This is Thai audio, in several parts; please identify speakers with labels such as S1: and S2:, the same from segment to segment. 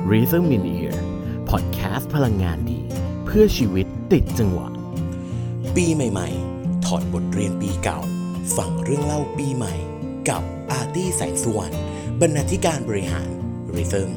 S1: Rhythm in Ear Podcast พลังงานดีเพื่อชีวิตติดจังหวะ
S2: ปีใหม่ๆถอดบทเรียนปีเก่าฟังเรื่องเล่าปีใหม่กับอาร์ตี้แสงสุวรรณบรรณาธิการบริหาร Rhythm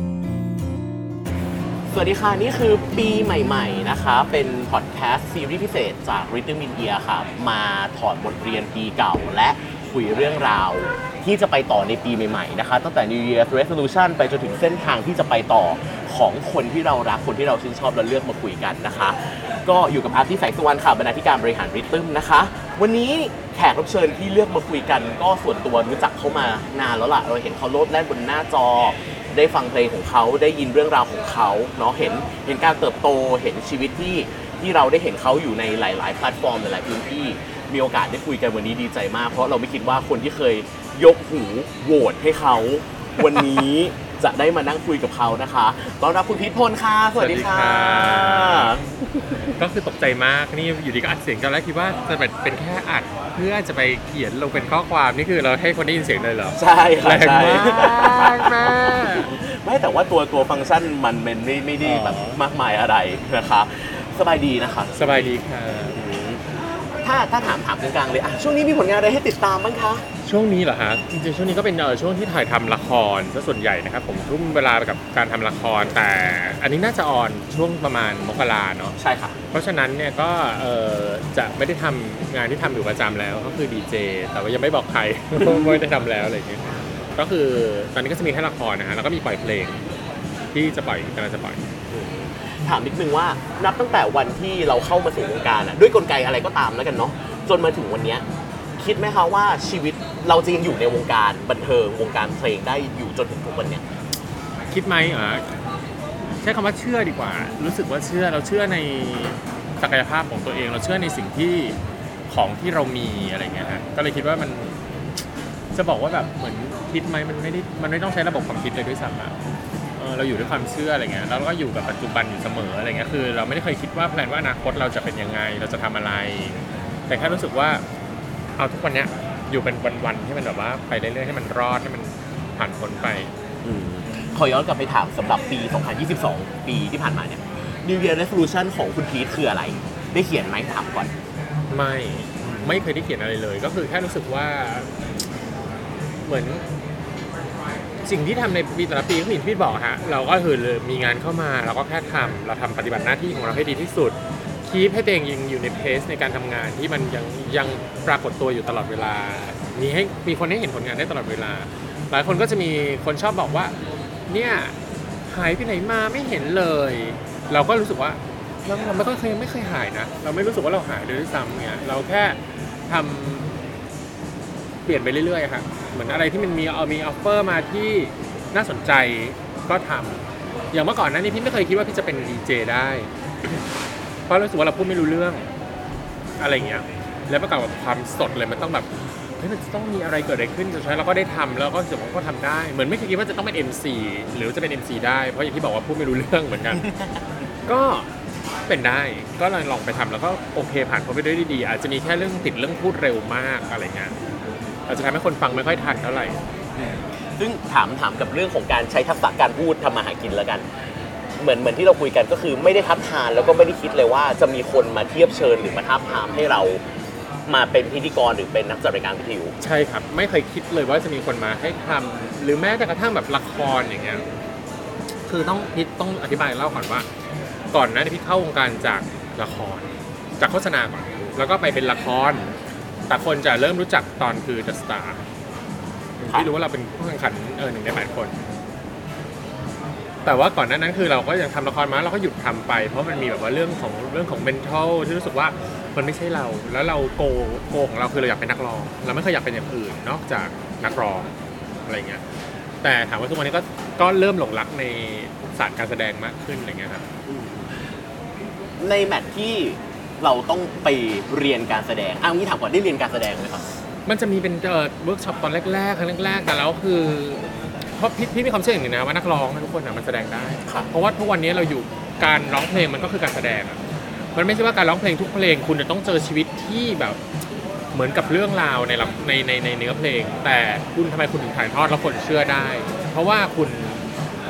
S1: สวัสดีค่ะนี่คือปีใหม่ๆนะคะเป็นพอดแคสต์ซีรีส์พิเศษจาก Rhythm in Ear ค่ะมาถอดบทเรียนปีเก่าและคุยเรื่องราวที่จะไปต่อในปีใหม่ๆนะคะตั้งแต่ New Year's Resolution ไปจนถึงเส้นทางที่จะไปต่อของคนที่เรารักคนที่เราชื่นชอบและเลือกมาคุยกันนะคะก็อยู่กับอาร์ตี้แสงสุวรรณค่ะบรรณาธิการบริหาร Rhythm นะคะวันนี้แขกรับเชิญที่เลือกมาคุยกันก็ส่วนตัวรู้จักเขามานานแล้วล่ะเราเห็นเขาโลดแล่นบนหน้าจอได้ฟังเพลงของเขาได้ยินเรื่องราวของเขาเนาะเห็นการเติบโตเห็นชีวิตที่เราได้เห็นเขาอยู่ในหลายๆแพลตฟอร์มหลายๆพื้นที่มีโอกาสได้คุยกันวันนี้ดีใจมากเพราะเราไม่คิดว่าคนที่เคยยกหูโหวตให้เขาวันนี้จะได้มานั่งคุยกับเขานะคะต้อนรับคุณพีทพลค่ะสวัสดีค่ะ
S3: ก็คือตกใจมากนี่อยู่ดีก็อัดเสียงตอนแรกคิดว่าจะเป็นแค่อัดเพื่อจะไปเขียนลงเป็นข้อความนี่คือเราให้คนได้ยินเสียงเลยเหรอ
S1: ใช่ค่ะใช่
S3: แม่
S1: ไม่แต่ว่าตัวฟังก์ชันมันไม่ได้แบบมากมายอะไรนะคะสบายดีนะคะ
S3: สบายดีค่ะ
S1: ถ้าถามกลางๆเลยช่วงนี้มีผลงานอะไรให้ติดตามบ้างคะ
S3: ช่วงนี้เหรอฮะจริงๆช่วงนี้ก็เป็นช่วงที่ถ่ายทำละครซะส่วนใหญ่นะครับผมทุ่มเวลาไปกับการทำละครแต่อันนี้น่าจะออนช่วงประมาณมกราเนาะ
S1: ใช่ค่ะ
S3: เพราะฉะนั้นเนี่ยก็จะไม่ได้ทำงานที่ทำอยู่ประจำแล้วก็คือดีเจแต่ว่ายังไม่บอกใครไม่ได้ทำแล้วอะไรอย่างเงี้ยก็คือตอนนี้ก็จะมีแค่ละครนะฮะแล้วก็มีปล่อยเพลงที่จะปล่อยกำลังจะปล่อย
S1: ถามนิดนึงว่านับตั้งแต่วันที่เราเข้ามาสู่วงการด้วยกลไกอะไรก็ตามแล้วกันเนาะจนมาถึงวันนี้คิดไหมคะว่าชีวิตเราจะยังอยู่ในวงการบันเทิงวงการเพลงได้อยู่จนถึงทุกวันนี้
S3: คิดไหมใช้คำว่าเชื่อดีกว่ารู้สึกว่าเชื่อเราเชื่อในศักยภาพของตัวเองเราเชื่อในสิ่งที่ของที่เรามีอะไรเงี้ยฮะก็เลยคิดว่ามันจะบอกว่าแบบเหมือนคิดไหมมันไม่ต้องใช้ระบบความคิดเลยด้วยซ้ำเราอยู่ด้วยความเชื่ออะไรเงี้ยแล้วก็อยู่กับปัจจุบันอยู่เสมออะไรเงี้ยคือเราไม่ได้เคยคิดว่าแพลนว่าอนาคตเราจะเป็นยังไงเราจะทำอะไรแต่แค่รู้สึกว่าเอาทุกวันเนี้ยอยู่เป็นวันๆให้มันแบบว่าไปเรื่อยๆให้มันรอดให้มันผ่านพ้นไป
S1: ขอย้อนกลับไปถามสำหรับปี 2022 ปีที่ผ่านมาเนี่ย New Year Resolution ของคุณพีทคืออะไรได้เขียนไหมถามก่อน
S3: ไม่เคยได้เขียนอะไรเลยก็คือแค่รู้สึกว่าเหมือนสิ่งที่ทำในปีแต่ละปีก็อย่างที่พี่บอกฮะเราก็คือมีงานเข้ามาเราก็แค่เราทำปฏิบัติหน้าที่ของเราให้ดีที่สุดคีปให้ตัวเองยังอยู่ในเพสในการทำงานที่มันยังปรากฏตัวอยู่ตลอดเวลามีคนให้เห็นผลงานได้ตลอดเวลาหลายคนก็จะมีคนชอบบอกว่าเนี่ยหายไปไหนมาไม่เห็นเลยเราก็รู้สึกว่าเราไม่เคยหายนะเราไม่รู้สึกว่าเราหายด้วยซ้ำเนี่ยเราแค่ทำเปลี่ยนไปเรื่อยๆครับเหมือนอะไรที่มันมีออฟเฟอร์มาที่น่าสนใจก็ทำอย่างเมื่อก่อนนั้นนี่พี่ไม่เคยคิดว่าพี่จะเป็นดีเจได้เพราะรู้สึกว่าเราพูดไม่รู้เรื่องอะไรเงี้ยแล้วประกอบกับความสดเลยมันต้องแบบมันจะต้องมีอะไรเกิดอะไรขึ้นสุดท้ายเราก็ได้ทำแล้วก็รู้สึกว่าก็ทำได้เหมือนไม่เคยคิดว่าจะต้องเป็น MC หรือจะเป็น MC ได้เพราะอย่างที่บอกว่าพูดไม่รู้เรื่องเหมือนกัน ก็เป็นได้ก็ลองไปทำแล้วก็โอเคผ่านพ้นไปได้ดีอาจจะมีแค่เรื่องติดเรื่องพูดเร็วมากอะไรเงี้ยอาจจะทำให้คนฟังไม่ค่อยทันเท่าไหร่
S1: ซึ่งถามกับเรื่องของการใช้ทักษะการพูดทำมาหากินแล้วกันเหมือนที่เราคุยกันก็คือไม่ได้ทับทานแล้วก็ไม่ได้คิดเลยว่าจะมีคนมาเทียบเชิญหรือมาทับทามให้เรามาเป็นพิธีกรหรือเป็นนักจัดรายการวิทยุ
S3: ใช่ครับไม่เคยคิดเลยว่าจะมีคนมาให้ทำหรือแม้แต่กระทั่งแบบละครอย่างเงี้ยคือต้องอธิบายเล่าก่อนว่าก่อนหน้านี้พี่เข้าวงการจากละครจากโฆษณาก่อนแล้วก็ไปเป็นละครแต่คนจะเริ่มรู้จักตอนคือ The Star ที่รู้ว่าเราเป็นผู้แข่งขัน1 ใน 8 คนแต่ว่าก่อนหน้านั้นคือเราก็ยังทำละครมาเราก็หยุดทำไปเพราะมันมีแบบว่าเรื่องของ mental ที่รู้สึกว่ามันไม่ใช่เราแล้วเราโกของเราคือเราอยากเป็นนักร้องเราไม่เคยอยากเป็นอย่างอื่นนอกจากนักร้องอะไรเงี้ยแต่ถามว่าทุกวันนี้ก็เริ่มหลงรักในศาสตร์การแสดงมากขึ้นอะไรเงี้ยครับ
S1: ในแมทที่เราต้องไปเรียนการแสดงงี้ถามก่อนได้เรียนการแสดงไหมครับ
S3: มันจะมีเป็นเวิร์กช็อปตอนแรกแต่แล้วคือเพราะพี่มีความเชื่ออย่างนึงนะว่านักร้องทุกคนมันแสดงได้เพราะว่าทุกวันนี้เราอยู่การร้องเพลงมันก็คือการแสดงมันไม่ใช่ว่าการร้องเพลงทุกเพลงคุณจะต้องเจอชีวิตที่แบบเหมือนกับเรื่องราวในเนื้อเพลงแต่คุณทำไมคุณถึงถ่ายทอดแล้วคนเชื่อได้เพราะว่าคุณ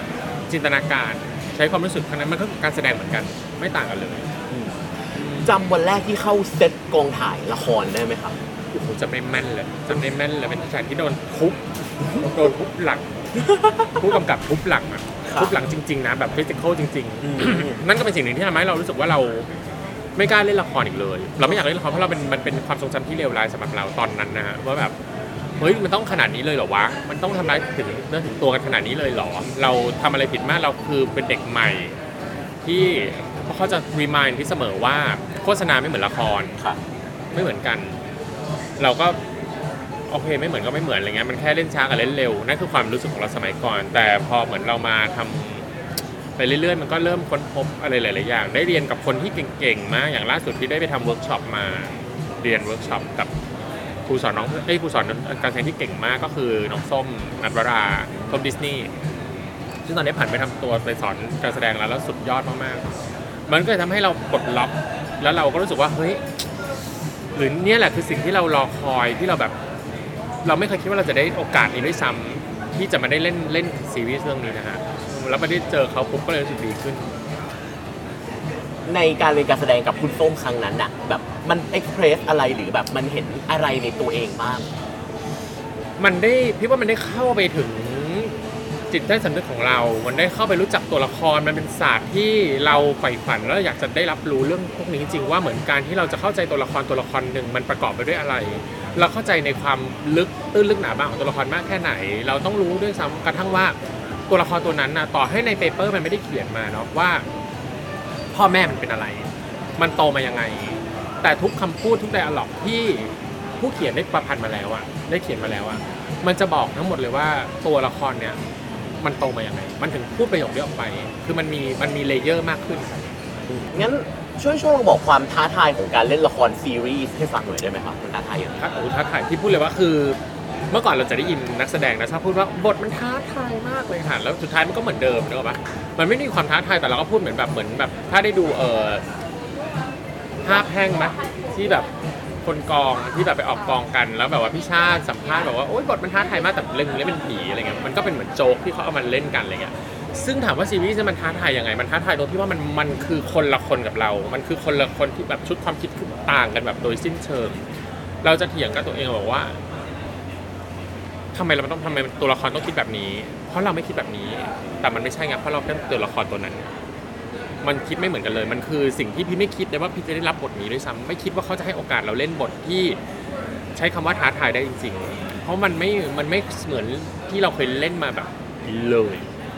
S3: จินตนาการใช้ความรู้สึกทั้งนั้นมันก็คือการแสดงเหมือนกันไม่ต่างกันเลย
S1: จำวันแรกที่เข้าเซตกองถ่ายละครได้ไหมครับ
S3: โอ้โหจะไม่แม่นเลยเป็นฉากที่โดนทุบหลังผู้กำกับทุบหลังอะ
S1: ครับ
S3: ทุบหลังจริงๆนะแบบฟิสิกอลจริงๆนั่นก็เป็นสิ่งหนึ่งที่ทำให้เรารู้สึกว่าเราไม่กล้าเล่นละครอีกเลยเราไม่อยากเล่นละครเพราะมันเป็นความทรงจำที่เลวร้ายสำหรับเราตอนนั้นนะฮะว่าแบบเฮ้ยมันต้องขนาดนี้เลยเหรอวะมันต้องทำร้ายถึงเนื้อถึงตัวกันขนาดนี้เลยเหรอเราทำอะไรผิดมากเราคือเป็นเด็กใหม่ที่เขาจะรีมายด์ที่เสมอว่าโฆษณาไม่เหมือนละคร
S1: ค่ะ
S3: ไม่เหมือนกัน เราก็โอเคไม่เหมือนก็ไม่เหมือนอะไรเงี้ยมันแค่เล่นช้ากับเล่นเร็วนั่นคือความรู้สึกของเราสมัยก่อนแต่พอเหมือนเรามาทำไปเรื่อยๆมันก็เริ่มค้นพบอะไรหลายๆอย่างได้เรียนกับคนที่เก่งๆมากอย่างล่าสุดที่ได้ไปทำเวิร์กช็อปมาเรียนเวิร์กช็อปกับครูสอนครูสอนการแสดงที่เก่งมากก็คือน้องส้มนัทวราส้มดิสนีย์ซึ่งตอนนี้ผ่านไปทำตัวไปสอนการแสดงแล้วสุดยอดมากๆมันก็เลยทำให้เราปลดล็อกแล้วเราก็รู้สึกว่าเฮ้ยหรือเนี่ยแหละคือสิ่งที่เรารอคอยที่เราแบบเราไม่เคยคิดว่าเราจะได้โอกาสนี้ด้วยซ้ำที่จะมาได้เล่นซีรีส์เรื่องนี้นะฮะแล้วมาได้เจอเขาปุ๊บก็เลยรู้สึกดีขึ้น
S1: ในการเรียนการแสดงกับคุณส้มครั้งนั้นอะแบบมันเอ็กเพรสอะไรหรือแบบมันเห็นอะไรในตัวเองบ้าง
S3: มันได้พี่ว่ามันได้เข้าไปถึงจิตใต้สำนึกของเรา มันได้เข้าไปรู้จักตัวละครมันเป็นศาสตร์ที่เราใฝ่ฝันแล้วอยากจะได้รับรู้เรื่องพวกนี้จริงๆว่าเหมือนการที่เราจะเข้าใจตัวละครหนึ่งมันประกอบไปด้วยอะไร เราเข้าใจในความลึกตื้นลึกหนาบางของตัวละครมากแค่ไหน เราต้องรู้ด้วยซ้ำกระทั่งว่าตัวละครตัวนั้นนะต่อให้ในเปเปอร์มันไม่ได้เขียนมาเนาะว่าพ่อแม่มันเป็นอะไร มันโตมายังไง แต่ทุกคำพูดทุกไดอะล็อกที่ผู้เขียนได้ประพันธ์มาแล้วอะได้เขียนมาแล้วอะมันจะบอกทั้งหมดเลยว่าตัวละครเนี่ยมันโตมายังไง มันถึงพูดประโยคนี้ออกไป คือมันมีเลเยอร์มากขึ้น
S1: งั้นช่วยลองบอกความท้าทายของการเล่นละครซีรีส์ให้ฟังหน่อยได้ไหมครับมันท้าทายยังไง
S3: ท้าทายที่พูดเลยว่าคือเมื่อก่อนเราจะได้ยินนักแสดงนะชอบพูดว่าบทมันท้าทายมากเลยค่ะแล้วสุดท้ายมันก็เหมือนเดิมนึกออกปะมันไม่มีความท้าทายแต่เราก็พูดเหมือนแบบถ้าได้ดูภาพแห้งไหมที่แบบคนกองที่แบบไปออกกองกันแล้วแบบว่าพี่ชาติสัมภาษณ์แบบว่าโอ๊ยบทมันท้าทายมากแต่เรื่องนี้เป็นผีอะไรเงี้ยมันก็เป็นเหมือนโจ๊กที่เขาเอามาเล่นกันอะไรเงี้ยซึ่งถามว่าซีรีส์มันท้าทายยังไงมันท้าทายตรงที่ว่ามันคือคนละคนกับเรา มันคือคนละคนที่แบบชุดความคิดคือต่างกันแบบโดยสิ้นเชิงเราจะเถียงกับตัวเองบอกว่าทำไมตัวละครต้องคิดแบบนี้เพราะเราไม่คิดแบบนี้แต่มันไม่ใช่ไงเพราะเราเป็นตัวละครตัวนั้นมันคิดไม่เหมือนกันเลยมันคือสิ่งที่พี่ไม่คิดเลยว่าพี่จะได้รับบทนี้ด้วยซ้ำไม่คิดว่าเขาจะให้โอกาสเราเล่นบทที่ใช้คำว่าท้าทายได้จริงๆเพราะมันไม่เหมือนที่เราเคยเล่นมาแบบเลย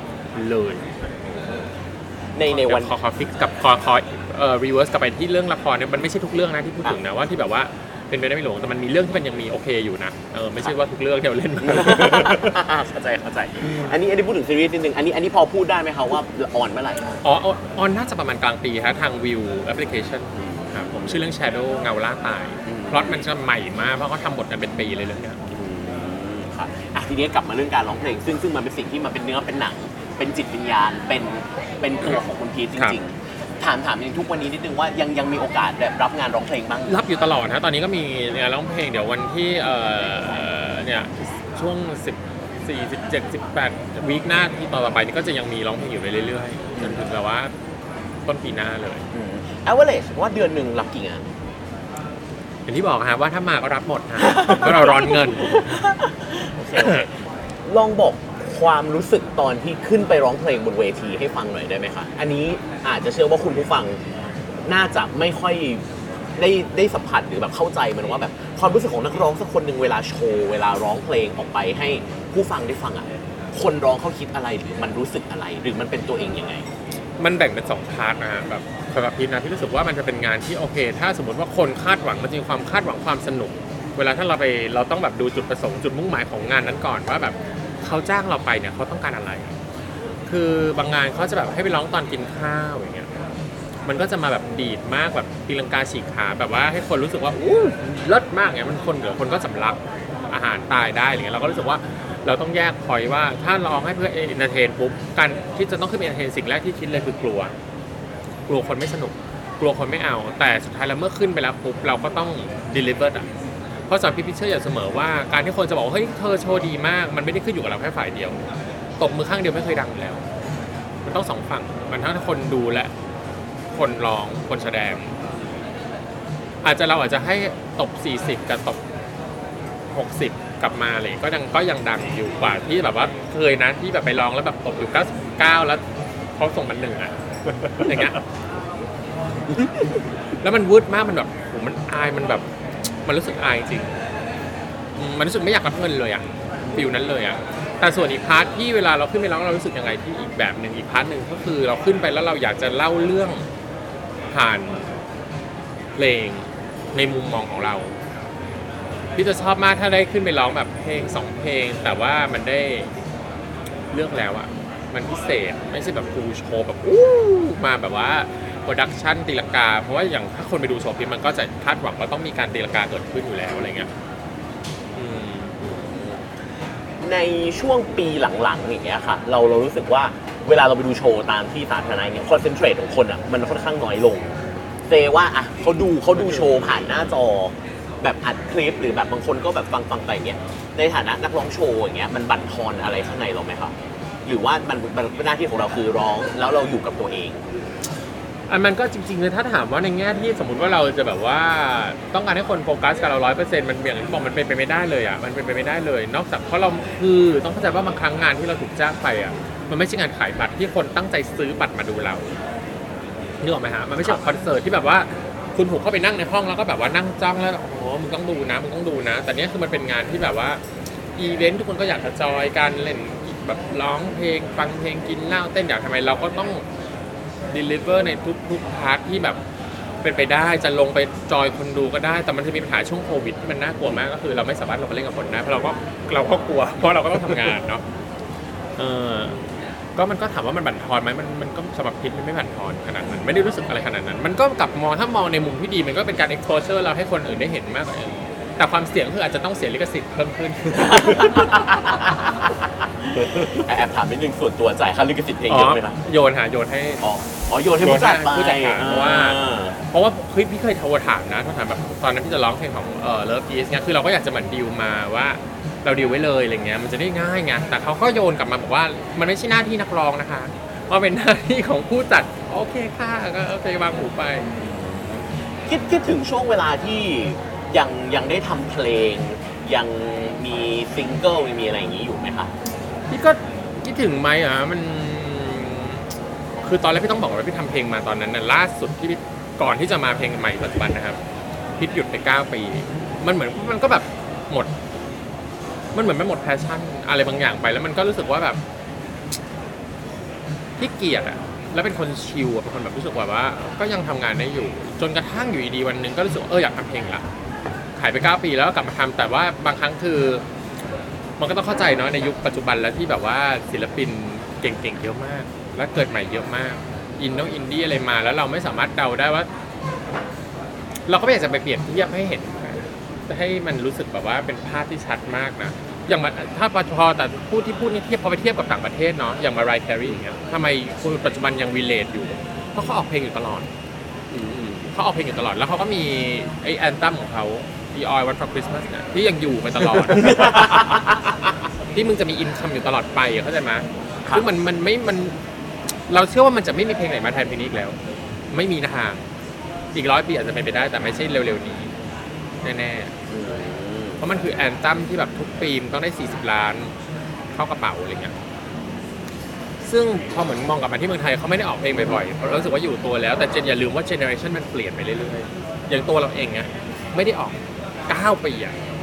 S1: ในวัน
S3: ขอฟิกกับขอรีเวิร์สกลับไปที่เรื่องละครเนี่ยมันไม่ใช่ทุกเรื่องนะที่พูดถึงนะว่าที่แบบว่าเป็นไปได้ไม่หลงแต่มันมีเรื่องที่มันยังมีโอเคอยู่นะไม่ใช่ว่าทุกเรื่องที่เราเล่น
S1: เข้าใจอันนี้พูดถึงซีรีส์นิดนึงอันนี้พอพูดได้ไหมครับว่าออนเมื่อไหร่
S3: ออนน่าจะประมาณกลางปีฮะทางวิวแอปพลิเคชันครับผมชื่อเรื่อง Shadow เงาล่าตายพล็อตมันจะใหม่มากเพราะเขาทำบทกันเป็นปีเลยเรื่องนี้
S1: ครับทีนี้กลับมาเรื่องการร้องเพลงซึ่งมันเป็นสิ่งที่มันเป็นเนื้อเป็นหนังเป็นจิตวิญญาณเป็นตัวของคุณพีทจริงๆถามจริงทุกวันนี้นิดนึงว่ายังมีโอกาสแบบรับงานร้องเพลงบ้าง
S3: รับอยู่ตลอดนะตอนนี้ก็มีงานร้องเพลงเดี๋ยววันที่เนี่ยช่วง14 17 18วีคหน้าที่ต่อไปนี่ก็จะยังมีร้องเพลงอยู่เรื่อยๆจนถึงแบบว่าต้นปีหน้าเลย
S1: average ว่าเดือนหนึ่งรับกี่งาน
S3: อย่างที่บอกฮะว่าถ้ามาก็รับหมดฮะเพราะเราร้อนเงิน
S1: โอเคลองบอกความรู้สึกตอนที่ขึ้นไปร้องเพลงบนเวทีให้ฟังหน่อยได้ไหมคะอันนี้อาจจะเชื่อว่าคุณผู้ฟังน่าจะไม่ค่อยได้สัมผัสหรือแบบเข้าใจมันว่าแบบความรู้สึกของนักร้องสักคนหนึ่งเวลาโชว์เวลาร้องเพลงออกไปให้ผู้ฟังได้ฟังอ่ะคนร้องเขาคิดอะไรหรือมันรู้สึกอะไรหรือมันเป็นตัวเองยังไง
S3: มันแบ่งเป็น2พาร์ทนะฮะแบบสำหรับพีทนะที่รู้สึกว่ามันจะเป็นงานที่โอเคถ้าสมมติว่าคนคาดหวังมันจะมีความคาดหวังความสนุกเวลาถ้าเราต้องแบบดูจุดประสงค์จุดมุ่งหมายของงานนั้นก่อนว่าแบบเขาจ้างเราไปเนี่ยเขาต้องการอะไรคือบางงานเขาจะแบบให้ไปร้องตอนกินข้าวอย่างเงี้ยมันก็จะมาแบบดีดมากแบบตีลังกาฉีกขาแบบว่าให้คนรู้สึกว่าอู้เลิศมากไงมันคนเดี๋ยวคนก็สำลักอาหารตายได้อะไรเงี้ยเราก็รู้สึกว่าเราต้องแยกพอยว่าถ้าร้องให้เพื่อเอนเตอร์เทนปุ๊บการที่จะต้องขึ้นไปเอนเตอร์เทนสิ่งแรกที่คิดเลยคือกลัวคนไม่สนุกกลัวคนไม่เอาแต่สุดท้ายแล้วเมื่อขึ้นไปแล้วปุ๊บเราก็ต้อง deliver อ่ะเพราะสอนพี่พิเชอร์อย่างเสมอว่าการที่คนจะบอกเฮ้ยเธอโชว์ดีมากมันไม่ได้ขึ้นอยู่กับเราแค่ฝ่ายเดียวตบมือข้างเดียวไม่เคยดังอยู่แล้วมันต้องสองฝั่งมันทั้งคนดูและคนร้องคนแสดงเราอาจจะให้ตบ40กับตบ60กลับมาเลยก็ยังดังอยู่กว่าที่แบบว่าเคยนะที่แบบไปร้องแล้วแบบตบอยู่99แล้วเขาส่งมัน1อย่างเงี้ยแล้วมันวืดมากมันแบบโหมันอายมันแบบมันรู้สึกอายจริงมันรู้สึกไม่อยากรับเงินเลยฟิลนั้นเลยแต่ส่วนอีกพาร์ทที่เวลาเราขึ้นไปร้องเรารู้สึกยังไงที่อีกแบบหนึ่งอีกพาร์ทหนึ่งก็คือเราขึ้นไปแล้วเราอยากจะเล่าเรื่องผ่านเพลงในมุมมองของเราพี่จะชอบมากถ้าได้ขึ้นไปร้องแบบเพลง2เพลงแต่ว่ามันได้เลือกแล้วมันพิเศษไม่ใช่แบบฟูลโชว์แบบมาแบบว่าโปรดักชั่นตีลังกาเพราะว่าอย่างถ้าคนไปดูโชว์พี่มันก็จะคาดหวังว่าต้องมีการตีลังกาเกิดขึ้นอยู่แล้วอะไรเงี้ย
S1: ในช่วงปีหลังๆอย่างเงี้ยค่ะเรารู้สึกว่าเวลาเราไปดูโชว์ตามที่สาธารณะเนี่ยคอนเซนเทรตของคนมันค่อนข้างน้อยลงเซว่าเขาดูโชว์ผ่านหน้าจอแบบอัดคลิปหรือแบบบางคนก็แบบฟังไปเงี้ยในฐานะนักร้องโชว์อย่างเงี้ยมันบั่นทอนอะไรข้างในเราไหมครับหรือว่ามันหน้าที่ของเราคือร้องแล้วเราอยู่กับตัวเอง
S3: มันก็จริงๆเลยถ้าถามว่าในแง่ที่สมมติว่าเราจะแบบว่าต้องการให้คนโฟกัสกับเรา 100% มันอย่างที่บอกมันเป็นไปไม่ได้เลยมันเป็นไปไม่ได้เลยนอกจากเพราะเราคือต้องเข้าใจว่าบางครั้งงานที่เราถูกจ้างไปมันไม่ใช่งานขายบัตรที่คนตั้งใจซื้อบัตรมาดูเรานึกออกไหมฮะมันไม่ใช่คอนเสิร์ตที่แบบว่าคุณถูกเข้าไปนั่งในห้องแล้วก็แบบว่านั่งจ้องแล้วโอ้โหมึงต้องดูนะแต่เนี้ยคือมันเป็นงานที่แบบว่าอีเวนต์ทุกคนก็อยากจะจอยกันเล่นแบบร้องเพลงฟังเพลงกินเหล้าเต้นอยากทำไมเราก็ต้องdeliver ในทุกพาร์ทที่แบบเป็นไปได้จะลงไปจอยคนดูก็ได้แต่มันจะมีปัญหาช่วงโควิดที่มันน่ากลัวมากก็คือเราไม่สามารถลงไปเล่นกับคนได้เพราะเราก็กลัวเพราะเราก็ต้องทำงานเนาะก็มันก็ถามว่ามันบั่นทอนไหมมันก็สำหรับพิษมันไม่บั่นทอนขนาดนั้นไม่ได้รู้สึกอะไรขนาดนั้นมันก็กลับมองถ้ามองในมุมที่ดีมันก็เป็นการ exposure เราให้คนอื่นได้เห็นมากกว่าแต่ความเสี่ยงคืออาจจะต้องเสียลิขสิทธิ์เพิ่มขึ้น
S1: แอบถามนิดนึงส่วนตัวจ่ายค่าลิขสิทธิ์เองเยอะไหมครับ
S3: โยนให้
S1: โยนให้ผู้จัด
S3: เพราะว่าพี่เคยโทรถามนะโทรถามแบบตอนนั้นพี่จะร้องเพลงของLove Is เนี่ยคือเราก็อยากจะเหมือนดีลมาว่าเราดีลไว้เลยอะไรเงี้ยมันจะได้ง่ายไงแต่เขาก็โยนกลับมาบอกว่ามันไม่ใช่หน้าที่นักร้องนะคะว่าเป็นหน้าที่ของผู้จัดโอเคค่ะก็โอเควางหูไป
S1: คิดถึงช่วงเวลาที่ยังได้ทำเพลงยังมีซิงเกิลมีอะไรอย่างนี้อยู่ไหมคะ
S3: พี่ก็คิดถึงไหมมันคือตอนแรกพี่ต้องบอกว่าพี่ทำเพลงมาตอนนั้นน่ะล่าสุดที่ก่อนที่จะมาเพลงใหม่ปัจจุบันนะครับพี่หยุดไป9 ปีมันเหมือนมันก็แบบหมดมันเหมือนมันหมดแพชชั่นอะไรบางอย่างไปแล้วมันก็รู้สึกว่าแบบพี่เกียจแล้วเป็นคนชิลเป็นคนแบบรู้สึกว่าก็ยังทำงานได้อยู่จนกระทั่งอยู่ดีวันนึงก็รู้สึกอยากทำเพลงละขายไป9 ปีแล้วก็กลับมาทำแต่ว่าบางครั้งคือมันก็ต้องเข้าใจเนาะในยุคปัจจุบันแล้วที่แบบว่าศิลปินเก่งๆเยอะมากและเกิดใหม่เยอะมากอินดี้อะไรมาแล้วเราไม่สามารถเดาได้ว่าเราก็ไม่อยากจะไปเปรียบเทียบให้เห็นให้มันรู้สึกแบบว่าเป็นภาพที่ชัดมากนะอย่างถ้าพอแต่พูดนี่เทียบพอไปเทียบกับต่างประเทศเนาะอย่างMariah Careyอย่างเงี้ยทำไมคนปัจจุบันยังวีเลทอยู่เพราะเขาออกเพลงอยู่ตลอดเขาออกเพลงอยู่ตลอดแล้วเขาก็มีไอ้แอนตัมของเขาThe All I Want for Christmas เนี่ยที่ยังอยู่ไปตลอด ที่มึงจะมีอินคัมอยู่ตลอดไปเข้าใจไหมซึ่งมันไม่เราเชื่อว่ามันจะไม่มีเพลงไหนมาแทนเพลงนี้อีกแล้วไม่มีทางอีก100 ปีอาจจะเป็นไปได้แต่ไม่ใช่เร็วๆนี้แน่ๆเพราะมันคือแอนตัมที่แบบทุกปีมันต้องได้40 ล้านเข้ากระเป๋าอะไรเงี้ยซึ่งพอเหมือนมองกลับมาที่เมืองไทยเขาไม่ได้ออกเพลงบ่อยๆเพราะรู้สึกว่าอยู่ตัวแล้วแต่อย่าลืมว่าเจเนอเรชันมันเปลี่ยนไปเรื่อยๆอย่างตัวเราเองไงไม่ได้ออก9 ปี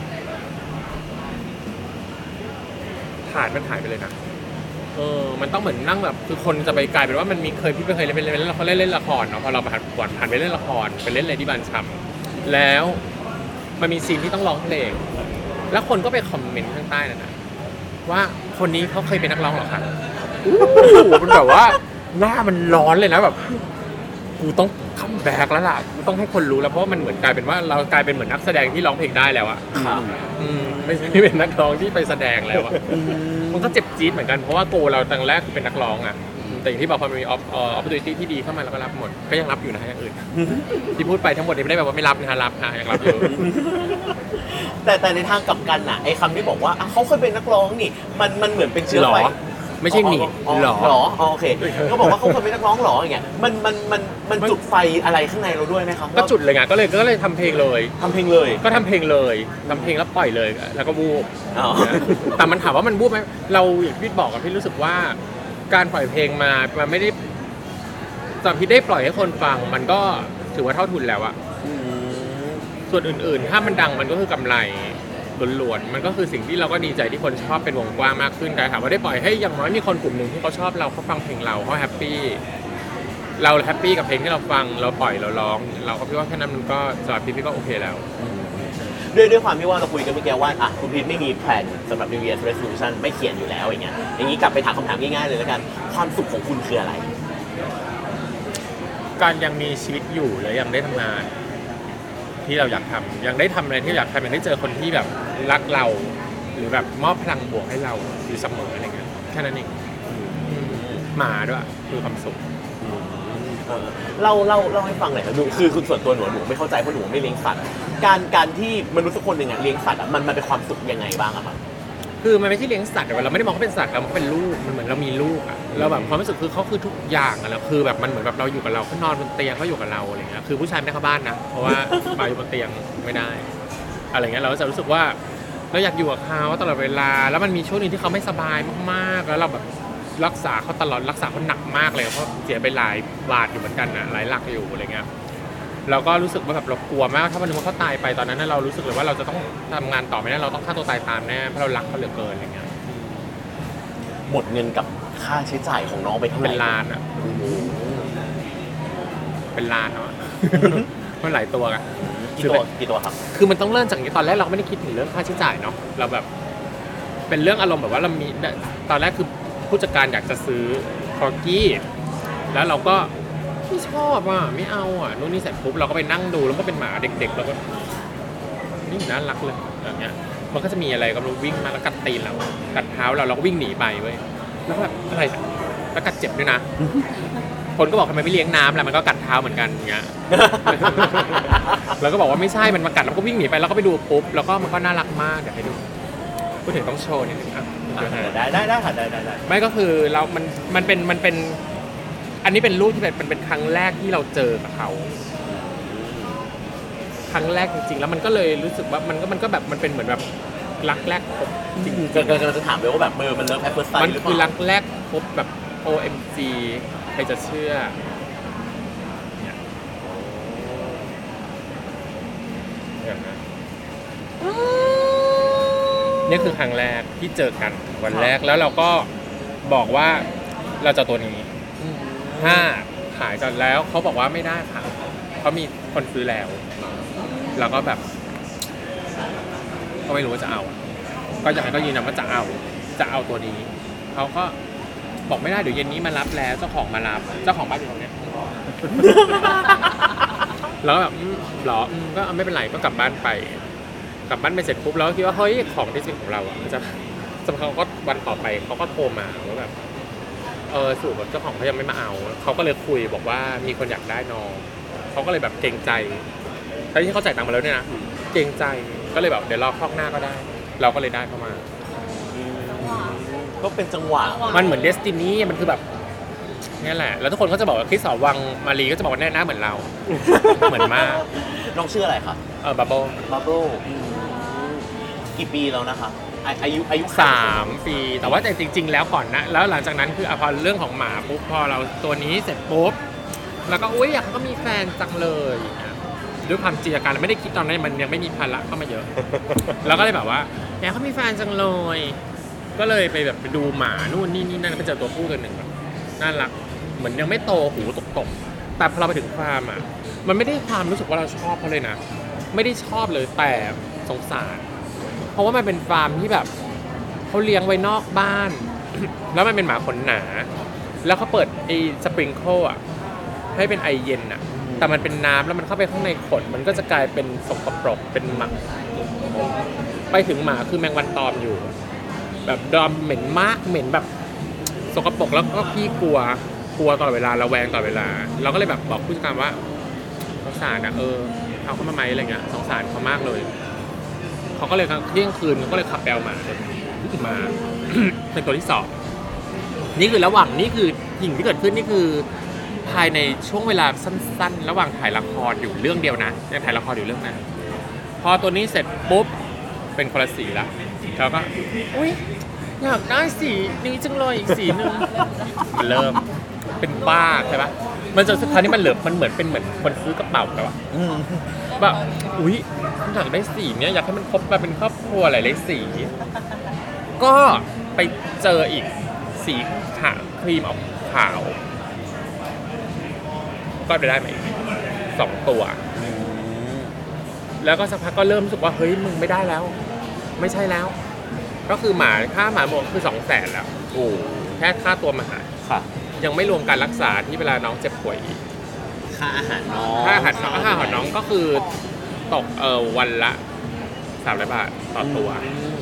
S3: ฐานมันหายไปเลยนะมันต้องเหมือนนั่งแบบคือคนจะไปกลายเป็นว่ามันมีพี่เคยเล่นละครเล่นละครเนาะพอเราผ่านไปเล่นละครไปเล่นเลดี้บันชัมแล้วมันมีซีนที่ต้องร้องเพลงแล้วคนก็ไปคอมเมนต์ข้างใต้นะว่าคนนี้เขาเคยเป็นนักร้องหรอคะมันแบบว่าหน้ามันร้อนเลยนะแบบกูต้องคัมแบ็กแล้วล่ะกูต้องให้คนรู้แล้วเพราะว่ามันเหมือนกลายเป็นว่าเรากลายเป็นเหมือนนักแสดงที่ร้องเพลงได้แล้วอะไม่ใช่เป็นนักร้องที่ไปแสดงแล้วอะมันก็เจ็บจี๊ดเหมือนกันเพราะว่าโกเราตั้งแรกคือเป็นนักร้องอะแต่อย่างที่บอกพอมันมีopportunity ที่ดีเข้ามาเราก็รับหมดก็ยังรับอยู่นะอย่างอื่นที่พูดไปทั้งหมดนี่ไม่ได้แบบว่าไม่รับนะรับนะยังรับอยู่
S1: แต่ในทางกลับกันน่ะไอ้คำที่บอกว่าเขาเคยเป็นนักร้องนี่มันเหมือนเป็นเชื้อไฟ
S3: ไม่ใช่หนีหรอ
S1: อ๋อโอเคก็บอกว่าเขาคนเป็นนักร้องหรออย่างเงี้ยมันจุดไฟอะไรข้างในเราด้วยไหมครับ
S3: ก็จุดเลยไงก็เลยทำเพลงเลย
S1: ทำเพลงเลย
S3: ก็ทำเพลงเลยทำเพลงแล้วปล่อยเลยแล้วก็วูบ
S1: อ๋อ
S3: แต่มันถามว่ามันวูบไหมเราอย่างที่พี่บอกกับพี่รู้สึกว่าการปล่อยเพลงมามันไม่ได้ตอนพี่ได้ปล่อยให้คนฟังมันก็ถือว่าเท่าทุนแล้วอะส่วนอื่นๆถ้ามันดังมันก็คือกำไรล้วนๆมันก็คือสิ่งที่เราก็ดีใจที่คนชอบเป็นวงกว้างมากขึ้นแต่ถามว่าได้ปล่อยให้อย่างน้อยมีคนกลุ่มหนึ่งที่เขาชอบเราเขาฟังเพลงเราเขาแฮปปี้เราแฮปปี้กับเพลงที่เราฟังเราปล่อยเราร้องเราก็พี่ว่าแค่นั้นมันก็สำหรับพี่ก็โอเคแล้ว
S1: ด้วยความที่ว่าเราคุยกันเมื่อกี้ว่าคุณพีทไม่มีแผนสำหรับ New Year's Resolution ไม่เขียนอยู่แล้วอย่างเงี้ยอย่างนี้กลับไปถามคำถามง่ายๆเลยแล้วกันความสุขของคุณคืออะไร
S3: การยังมีชีวิตอยู่และยังได้ทำงานที่เราอยากทำยังได้ทำอะไรที่อยากทำยังได้เจอคนที่แบบรักเราหรือแบบมอบพลังบวกให้เราอยู่เสมออะไรเงี้ยแค่นั้นเองหมาด้วยคือความสุข
S1: เล่าให้ฟังหน่อยครับดูคือคุณส่วนตัวหนูไม่เข้าใจเพราะหนูไม่เลี้ยงสัตว์การที่มนุษย์สักคนหนึ่งเลี้ยงสัตว์มันเป็นความสุขยังไงบ้างอะครับ
S3: คือมันไม่ใช่เลี้ยงสัตว์เราไม่ได้มองเขาเป็นสัตว์เราเป็นลูกมันเหมือนเรามีลูกอะเราแบบความรู้สึกคือเขาคือทุกอย่างอะแล้วคือแบบมันเหมือนแบบเราอยู่กับเราเขานอนบนเตียงเขาอยู่กับเราอะไรเงี้ยคือผู้ชายไม่ได้เข้าบ้านนะเพราะว่าปาอยู่บนเตียงไม่ได้อะไรเงี้ยเราจะรู้สึกว่าเราอยากอยู่กับเขาตลอดเวลาแล้วมันมีช่วงนึงที่เขาไม่สบายมากๆแล้วเราแบบรักษาเขาตลอดรักษาเขาหนักมากเลยเพราะเสียไปหลายบาทอยู่เหมือนกันนะหลายหลักอยู่อะไรเงี้ยเราก็รู้สึกว่าแบบเรากลัวมากถ้าวันนึงเขาตายไปตอนนั้นเรารู้สึกเลยว่าเราจะต้องทำงานต่อไม่ได้เราต้องฆ่าตัวตายตามแน่เพราะเรารักเขาเหลือเกินอะไรเงี้ย
S1: หมดเงินกับค่าใช้จ่ายของน้องไปเท่าไหร่
S3: เป็นล้านอ่ะเป็นล้านเนาะมันหลายตัวกัน
S1: กี่ตัวครับ
S3: คือมันต้องเริ่มจากนี้ตอนแรกเราไม่ได้คิดถึงเรื่องค่าใช้จ่ายเนาะเราแบบเป็นเรื่องอารมณ์แบบว่าเรามีตอนแรกคือผู้จัดการอยากจะซื้อคอร์กี้แล้วเราก็ไม่ชอบอ่ะไม่เอาอ่ะนู่นนี่เสร็จปุ๊บเราก็ไปนั่งดูแล้วก็เป็นหมาเด็กๆแล้วก็นี่น่ารักเลยอย่างเงี้ยมันก็จะมีอะไรก็เราวิ่งมาแล้วกัดตีนเรากัดเท้าเราก็วิ่งหนีไปเว้ยแล้วแบบอะไรแล้วกัดเจ็บด้วยนะคนก็บอกทำไมไม่เลี้ยงน้ำล่ะมันก็กัดเท้าเหมือนกันอย่างเงี้ยแล้วก็บอกว่าไม่ใช่มันมากัดแล้วก็วิ่งหนีไปแล้วก็ไปดูปุ๊บแล้วก็มันก็น่ารักมากเดี๋ยวให้ดูพูดถึงต้องโชว์นิดนึงครับ
S1: ได้ค่ะได้
S3: ไม่ก็คือเรามันเป็นอันนี้เป็นรูปที่มันเป็นครั้งแรกที่เราเจอกับเขาครั้งแรกจริงๆแล้วมันก็เลยรู้สึกว่ามันก็แบบมันเป็นเหมือนแบบรักแรกพบ
S1: จริงๆจะถามเลยว่าแบบมันเลิฟแอปเปิลไซด์หรือเปล่ามัน
S3: คือรักแรกพบแบบ OMG ใครจะเชื่อนี่คือครั้งแรกที่เจอกันวันแรกแล้วเราก็บอกว่าเราจะตัวนี้ถ้าขายจนแล้วเขาบอกว่าไม่ได้ค่ะเขามีคนซื้อแล้วเราก็แบบก็ไม่รู้ว่าจะเอาก็อย่างไรก็ยืนยันว่าจะเอาตัวนี้เขาก็บอกไม่ได้เดี๋ยวเย็นนี้มารับแล้วเจ้าของมารับเจ้าของบ้านอยู่ตรงนี้แล้วแบบหรอก็ไม่เป็นไรก็กลับบ้านไปเสร็จปุ๊บแล้วคิดว่าเฮ้ยของที่เป็นของเราอ่ะจะเขาก็วันต่อไปเขาก็โทรมาว่าแบบสู่แบบเจ้าของเขายังไม่มาเอาเขาก็เลยคุยบอกว่ามีคนอยากได้น้องเขาก็เลยแบบเกรงใจแต่ที่เขาจ่ายตังค์มาแล้วเนี่ยนะเกรงใจก็เลยแบบเดี๋ยวรอครอบหน้าก็ได้เราก็เลยได้เข้ามา
S1: ก็เป็นจังหวะ
S3: มันเหมือนเดสตินีมันคือแบบนี่แหละแล้วทุกคนก็จะบอกว่าคริสสอวังมารีก็จะบอกว่าแน่หน้าเหมือนเราเหมือนมาก
S1: น้องชื่ออะไรครับ
S3: บับเบิ้ล
S1: กี่ปีแล้วนะคะอายุ
S3: 3 ปีแต่ว่าแต่จริงๆแล้วก่อนนะแล้วหลังจากนั้นคือพอเรื่องของหมาปุ๊บพอเราตัวนี้เสร็จปุ๊บแล้วก็อยากก็มีแฟนจังเลยด้วยความจินตนาการไม่ได้คิดตอนนั้นมันยังไม่มีภาระเข้ามาเยอะแล้วก็เลยแบบว่าอยากเขามีแฟนจังเลยก็เลยไปแบบไปดูหมานู่นนี่นั่นก็เจอตัวผู้ตัวหนึ่งแบบน่ารักเหมือนยังไม่โตหูตกแต่พอเราไปถึงฟาร์มอ่ะมันไม่ได้ความรู้สึกว่าเราชอบเขาเลยนะไม่ได้ชอบเลยแต่สงสารเพราะว่ามันเป็นฟาร์มที่แบบเขาเลี้ยงไว้นอกบ้านแล้วมันเป็นหมาขนหนาแล้วเขาเปิดไอ้สปริงเกิลอ่ะให้เป็นไอเย็นอ่ะแต่มันเป็นน้ำแล้วมันเข้าไปข้างในขนมันก็จะกลายเป็นสกปรกเป็นหมักไปถึงหมาคือแมงวันตอมอยู่แบบดอมเหม็นมากเหม็นแบบสกปรกแล้วก็พี่กลัวตลอดเวลาระแวงตลอดเวลาเราก็เลยแบบบอกผู้จัดการว่าสงสารนะเอาเขามาไหมอะไรเงี้ยสงสารเขามากเลยเขาก็เลยเที่ยงคืนก็เลยขับแปลมา เป็นตัวที่2 นี่คือสิ่งที่เกิดขึ้นนี่คือภายในช่วงเวลาสั้นๆระหว่างถ่ายละครอยู่เรื่องเดียวนะยังถ่ายละครอยู่เรื่องนั้นพอตัวนี้เสร็จปุ๊บเป็นคนละสีละเราก็อุ๊ยอยากได้สีนี้จังเลยอีกสีนึงมันเริ่มเป็นบ้าใช่ปะมันจนสุดท้ายนี่มันเหมือนเป็นเหมือนคนซื้อกระเป๋าแล้วอะแบบอุ๊ยอยากได้สีเนี้ยอยากให้มันครบมาเป็นครอบครัวหลายๆสีก็ไปเจออีกสีขาวครีมออกขาวก็ไปได้ไหม2 ตัวแล้วก็สักพักก็เริ่มรู้สึกว่าเฮ้ยมึงไม่ได้แล้วไม่ใช่แล้วก็คือค่าหมาหมดคือ200,000แล้วโอ้แค่ค่าตัวหมา
S1: ค่ะ
S3: ยังไม่รวมการรักษาที่เวลาน้องเจ็บป่วยอีก
S1: ค่าอาหารน้อง
S3: ค่าอาหารน้องก็คือตกวันละ300 บาทต่อตัว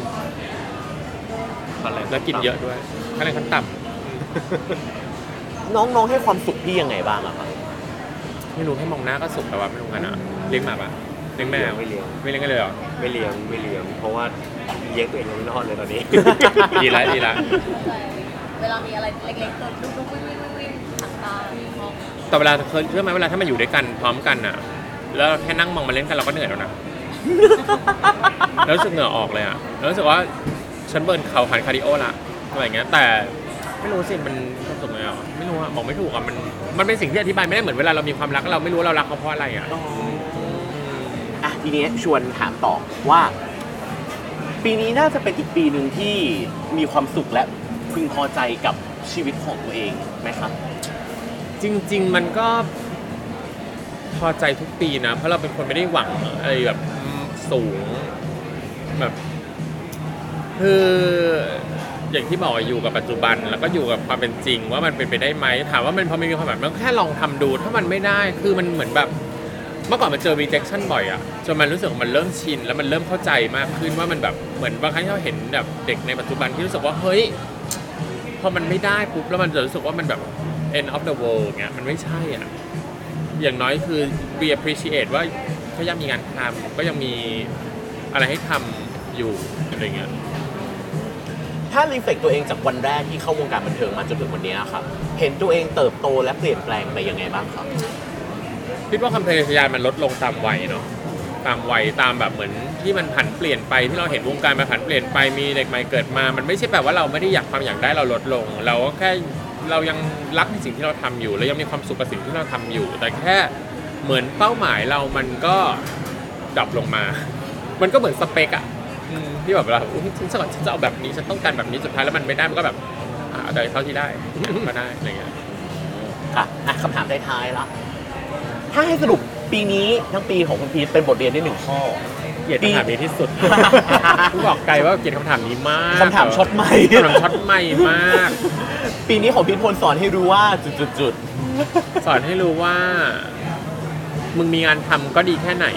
S3: แล้วกินเยอะด้วยค่าแรงขั้นต่
S1: ำน้องให้ความสุขพี่ยังไงบ้างอะครับ
S3: ไม่รู้ให้มองหน้าก็สุขแต่ว่าไม่รู้กันอะเลี้ยงหมาปะเลี้ยงแมวไม่เลี้ยงกันเลยเหรอ
S4: ไม่เลี้ยงเพราะว่าเลี้ยงตัวเองยังไม่รอดเลยตอนนี้
S3: ดีละ
S5: เวลามีอะไรเล็กๆเกิดลุกวิ่งทางตาห้อง
S3: แต่เวลาเคยเชื่อไหมเวลาถ้ามาอยู่ด้วยกันพร้อมกันอะแล้วแค่นั่งมองมาเล่นกันเราก็เหนื่อยแล้วนะแล้วรู้สึกเหงื่อออกเลยอะแล้วรู้สึกว่าฉันเบิร์นเขาผ่านคาร์ดิโอละอะไรอย่างเงี้ยแต่ไม่รู้สิมันรู้สึกไงอ่ะไม่รู้อ่ะบอกไม่ถูกอ่ะมันเป็นสิ่งที่อธิบายไม่ได้เหมือนเวลาเรามีความรักเราไม่รู้เรารักเขาเพราะอะไรอ่ะ
S1: ทีนี้ชวนถามต่อว่าปีนี้น่าจะเป็นอีกปีหนึ่งที่มีความสุขและพึงพอใจกับชีวิตของตัวเองไหมครับ
S3: จริงๆมันก็พอใจทุกปีนะเพราะเราเป็นคนไม่ได้หวังอะไรแบบสูงแบบคืออย่างที่บอกอยู่กับปัจจุบันแล้วก็อยู่กับความเป็นจริงว่ามันเป็นไปได้ไหมถามว่ามันพอมีความแบบมันแค่ลองทำดูถ้ามันไม่ได้คือมันเหมือนแบบเมื่อก่อนมันเจอ rejection บ่อยอะจนมันรู้สึกมันเริ่มชินแล้วมันเริ่มเข้าใจมากขึ้นว่ามันแบบเหมือนบางครั้งที่เราเห็นแบบเด็กในปัจจุบันที่รู้สึกว่าเฮ้ยพอมันไม่ได้ปุ๊บแล้วมันจะรู้สึกว่ามันแบบ end of the world เงี้ยมันไม่ใช่อ่ะอย่างน้อยคือ we appreciate ว่าก็ยังมีงานทำก็ยังมีอะไรให้ทำอยู่อะไรเงี้ย
S1: ถ้ารีเฟล็กตัวเองจากวันแรกที่เข้าวงการบันเทิงมาจนถึงวันนี้ครับเห็นตัวเองเติบโตและเปลี่ยนแปลงไปยังไงบ้างครับ
S3: คิดว่าความทะเยอทะยานมันลดลงตามวัยเนาะตามวัยตามแบบเหมือนที่มันผันเปลี่ยนไปที่เราเห็นวงการมันผันเปลี่ยนไปมีเด็กใหม่เกิดมามันไม่ใช่แบบว่าเราไม่ได้อยากความอยากได้เราลดลงเราก็แค่เรายังรักในสิ่งที่เราทำอยู่แล้วยังมีความสุขกับสิ่งที่เราทำอยู่แต่แค่เหมือนเป้าหมายเรามันก็ดับลงมามันก็เหมือนสเปคอะที่แบบเราฉันจะเอาแบบนี้ฉันต้องการแบบนี้สุดท้ายแล้วมันไม่ได้มันก็แบบเอาได้เท่าที่ได้ก็ได้อะไรเงี้ย
S1: ค่ะคำถามท้ายๆละถ้าให้สรุปปีนี้ทั้งปีของคุณพีทเป็นบทเรียนได้1 ข้อ
S3: เกลียดคำถามนี้ที่สุดผู้บอกไกลว่าเกลียดคำถามนี้มาก
S1: คำถามช็อตใหม่
S3: มาก
S1: ปีนี้ของพีทพลสอนให้รู้ว่าจุด
S3: สอนให้รู้ว่ามึงมีงานทำก็ดีแค่ไหน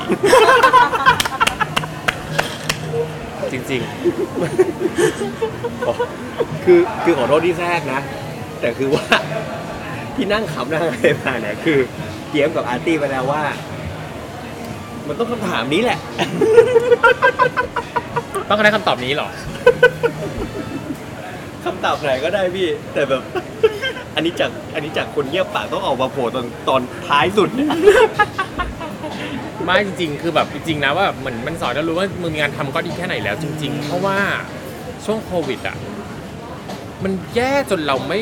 S3: จริง
S4: ๆคือขอโทษที่แทรกนะแต่คือว่าที่นั่งขำนั่งอะไรมาเนี่ยคือเกียมกับอาร์ตี้ไปแล้วว่ามันต้องคำถามนี้แหละ
S3: ต้องได้คำตอบนี้หรอ
S4: คำตอบไหนก็ได้พี่แต่แบบอันนี้จากคนเงียบปากต้องออกมาโผล่ตอนท้ายสุด
S3: ไม่จริงๆคือแบบจริงๆนะว่าเหมือนมันสอนให้รู้ว่ามึงมีงานทำก็ดีแค่ไหนแล้วจริงๆเพราะว่าช่วงโควิดอ่ะมันแย่จนเราไม่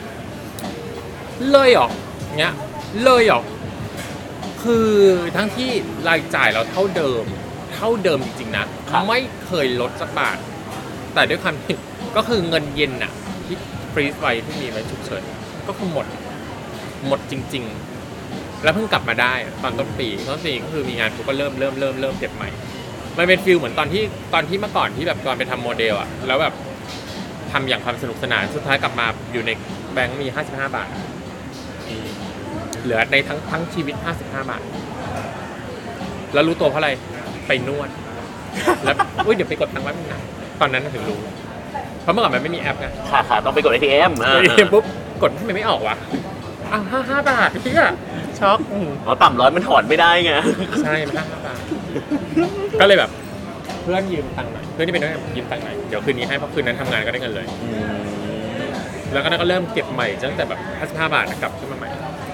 S3: เลยหรอกเงี้ยเลยหรอกคือทั้งที่รายจ่ายเราเท่าเดิมจริงๆนะไม่เคยลดสักบาทแต่ด้วยความที่ก็คือเงินเย็นอ่ะที่ฟรีซไว้ที่มีไว้ฉุกเฉินก็คือหมดจริงๆแล้วเพิ่งกลับมาได้ตอนต้นปีก็คือมีงานทุกก็เริ่มเก็บใหม่มันเป็นฟีลเหมือนตอนที่เมื่อก่อนที่แบบตอนไปทำโมเดลอ่ะแล้วแบบทำอย่างความสนุกสนานสุดท้ายกลับมาอยู่ในแบงค์มี55 บาทเหลือในทั้งชีวิต55 บาทแล้วรู้ตัวเพราะอะไรไปนวดแล้วเดี๋ยวไปกดตังค์ไว้ไม่นานตอนนั้นถึงรู้เพราะเมื่อก่อนมันไม่มีแอปไง
S1: ค่ะต้องไปกด ATM
S3: ปุ๊บกดทำไมไม่ออกวะ55 บาทพี่อะช็อก
S1: ต่ำ100มันถอนไม่ได้ไง
S3: ใช่มัน55 บาทก็เลยแบบเพื่อนยืมตังค์หน่อยเพื่อนที่เป็นนักยืมตังค์หน่อยเดี๋ยวคืนนี้ให้เพราะคืนนั้นทำงานก็ได้เงินเลยแแล้วก็เริ่มเก็บใหม่ตั้งแต่แบบ55 บาทกลับขึ้นมาใหม่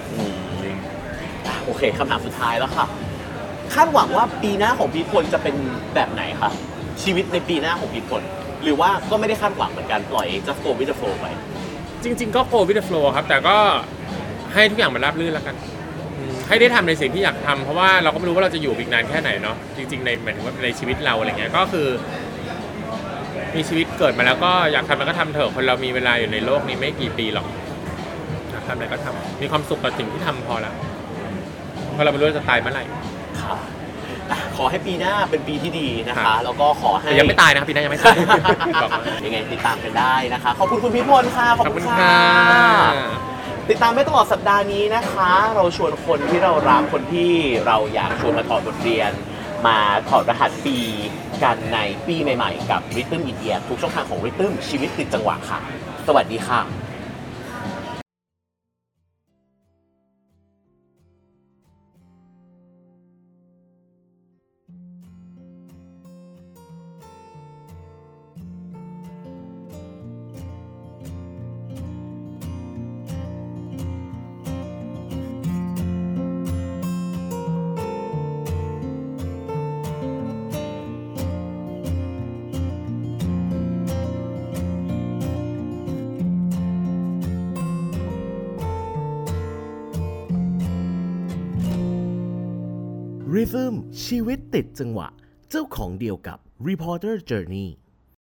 S1: โอเคคำถามสุดท้ายแล้วค่ะคาดหวังว่าปีหน้าของพีทพลจะเป็นแบบไหนคะชีวิตในปีหน้าของพีทพลหรือว่าก็ไม่ได้คาดหวังเหมือนกันปล่อย just go with the flow ไป
S3: จริงๆก็ go with the flow ครับแต่ก็ให้ทุกอย่างมันราบรื่นแล้วกันให้ได้ทำในสิ่งที่อยากทำเพราะว่าเราก็ไม่รู้ว่าเราจะอยู่อีกนานแค่ไหนเนาะจริงๆในหมายถึงว่าในชีวิตเราอะไรเงี้ยก็คือมีชีวิตเกิดมาแล้วก็อยากทำแล้วก็ทำเถอะคนเรามีเวลาอยู่ในโลกนี้ไม่กี่ปีหรอกอยากทำอะไรก็ทำมีความสุขกับสิ่งที่ทำพอแล้วเพราะเราไม่รู้ว่าจะตายเมื่อไหร่
S1: ครับขอให้ปีหน้าเป็นปีที่ดีนะคะแล้วก็ขอให้
S3: แต่ยังไม่ตายนะครับปีหน้ายังไม่ตาย บอกมา
S1: ยังไงติดตามกันได้นะคะขอบคุณคุณพีทพลค่ะขอบคุณค่ะ ติดตามได้ตลอดสัปดาห์นี้นะคะ เราชวนคนที่เรารักคนที่เราอยากชวนมาถอดบทเรียน มาถอดรหัสปีกันในปีใหม่ๆกับ Rhythm India ทุกช่องทางของ Rhythm ชีวิตติดจังหวะค่ะ สวัสดีค่ะ Rhythm ชีวิตติดจังหวะเจ้าของเดียวกับ Reporter Journey